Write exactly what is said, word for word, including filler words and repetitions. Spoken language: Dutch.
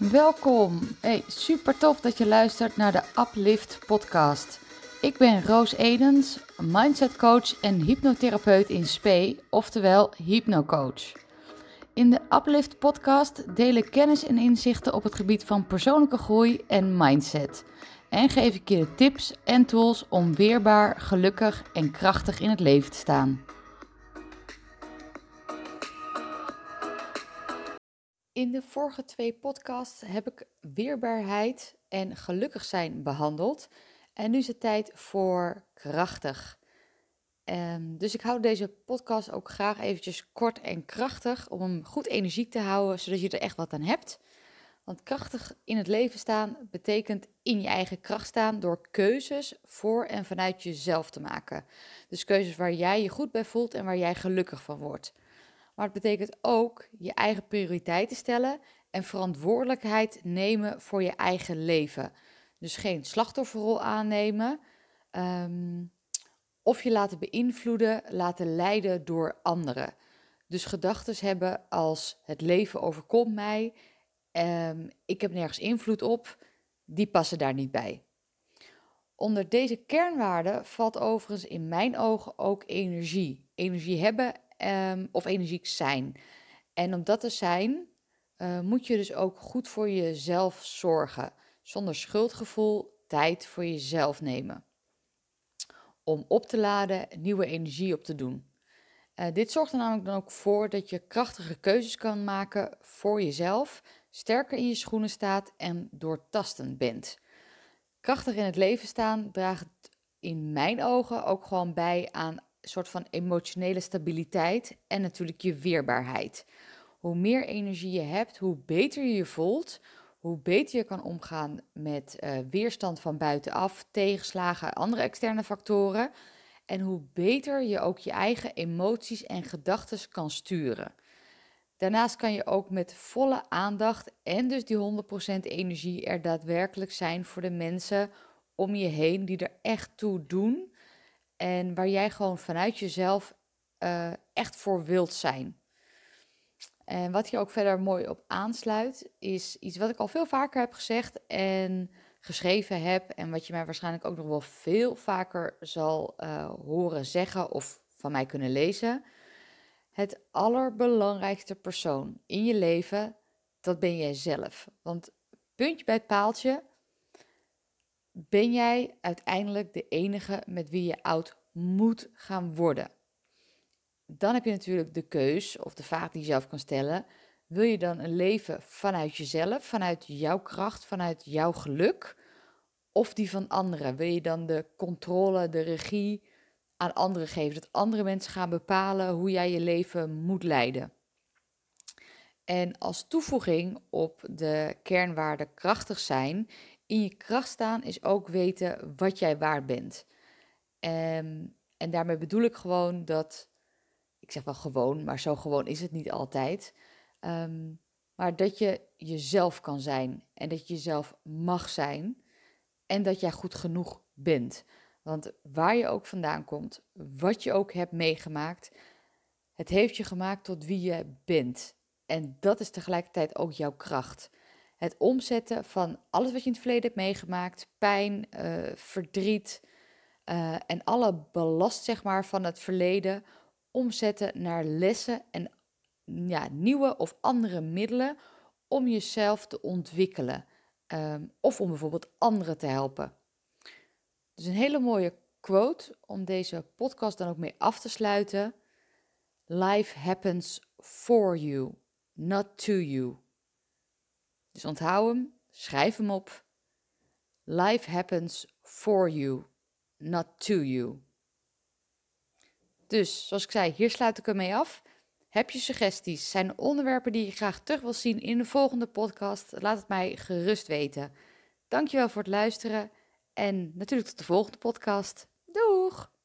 Welkom. Hey, super tof dat je luistert naar de Uplift podcast. Ik ben Roos Edens, mindset coach en hypnotherapeut in spe, oftewel hypnocoach. In de Uplift podcast deel ik kennis en inzichten op het gebied van persoonlijke groei en mindset. En geef ik je de tips en tools om weerbaar, gelukkig en krachtig in het leven te staan. In de vorige twee podcasts heb ik weerbaarheid en gelukkig zijn behandeld. En nu is het tijd voor krachtig. Um, dus ik hou deze podcast ook graag eventjes kort en krachtig om hem goed energiek te houden, zodat je er echt wat aan hebt. Want krachtig in het leven staan betekent in je eigen kracht staan door keuzes voor en vanuit jezelf te maken. Dus keuzes waar jij je goed bij voelt en waar jij gelukkig van wordt. Maar het betekent ook je eigen prioriteiten stellen en verantwoordelijkheid nemen voor je eigen leven. Dus geen slachtofferrol aannemen um, of je laten beïnvloeden, laten leiden door anderen. Dus gedachten hebben als het leven overkomt mij, um, ik heb nergens invloed op, die passen daar niet bij. Onder deze kernwaarden valt overigens in mijn ogen ook energie. Energie hebben um, of energiek zijn. En om dat te zijn, uh, moet je dus ook goed voor jezelf zorgen. Zonder schuldgevoel tijd voor jezelf nemen. Om op te laden, nieuwe energie op te doen. Uh, dit zorgt er namelijk dan ook voor dat je krachtige keuzes kan maken voor jezelf, sterker in je schoenen staat en doortastend bent. Krachtig in het leven staan draagt in mijn ogen ook gewoon bij aan een soort van emotionele stabiliteit en natuurlijk je weerbaarheid. Hoe meer energie je hebt, hoe beter je je voelt, hoe beter je kan omgaan met uh, weerstand van buitenaf, tegenslagen, andere externe factoren en hoe beter je ook je eigen emoties en gedachten kan sturen. Daarnaast kan je ook met volle aandacht en dus die honderd procent energie er daadwerkelijk zijn voor de mensen om je heen die er echt toe doen en waar jij gewoon vanuit jezelf uh, echt voor wilt zijn. En wat hier ook verder mooi op aansluit, is iets wat ik al veel vaker heb gezegd en geschreven heb en wat je mij waarschijnlijk ook nog wel veel vaker zal uh, horen zeggen of van mij kunnen lezen. Het allerbelangrijkste persoon in je leven, dat ben jij zelf. Want puntje bij het paaltje, ben jij uiteindelijk de enige met wie je oud moet gaan worden. Dan heb je natuurlijk de keus, of de vraag die je zelf kan stellen. Wil je dan een leven vanuit jezelf, vanuit jouw kracht, vanuit jouw geluk? Of die van anderen? Wil je dan de controle, de regie aan anderen geven? Dat andere mensen gaan bepalen hoe jij je leven moet leiden. En als toevoeging op de kernwaarde krachtig zijn, in je kracht staan is ook weten wat jij waard bent. Um, en daarmee bedoel ik gewoon dat, ik zeg wel gewoon, maar zo gewoon is het niet altijd. Um, maar dat je jezelf kan zijn en dat je jezelf mag zijn en dat jij goed genoeg bent. Want waar je ook vandaan komt, wat je ook hebt meegemaakt, het heeft je gemaakt tot wie je bent. En dat is tegelijkertijd ook jouw kracht. Het omzetten van alles wat je in het verleden hebt meegemaakt, pijn, uh, verdriet uh, en alle ballast zeg maar, van het verleden, omzetten naar lessen en ja, nieuwe of andere middelen om jezelf te ontwikkelen. Um, of om bijvoorbeeld anderen te helpen. Dus een hele mooie quote om deze podcast dan ook mee af te sluiten. Life happens for you, not to you. Dus onthoud hem, schrijf hem op. Life happens for you, not to you. Dus, zoals ik zei, hier sluit ik ermee af. Heb je suggesties? Zijn er onderwerpen die je graag terug wil zien in de volgende podcast? Laat het mij gerust weten. Dankjewel voor het luisteren en natuurlijk tot de volgende podcast. Doeg!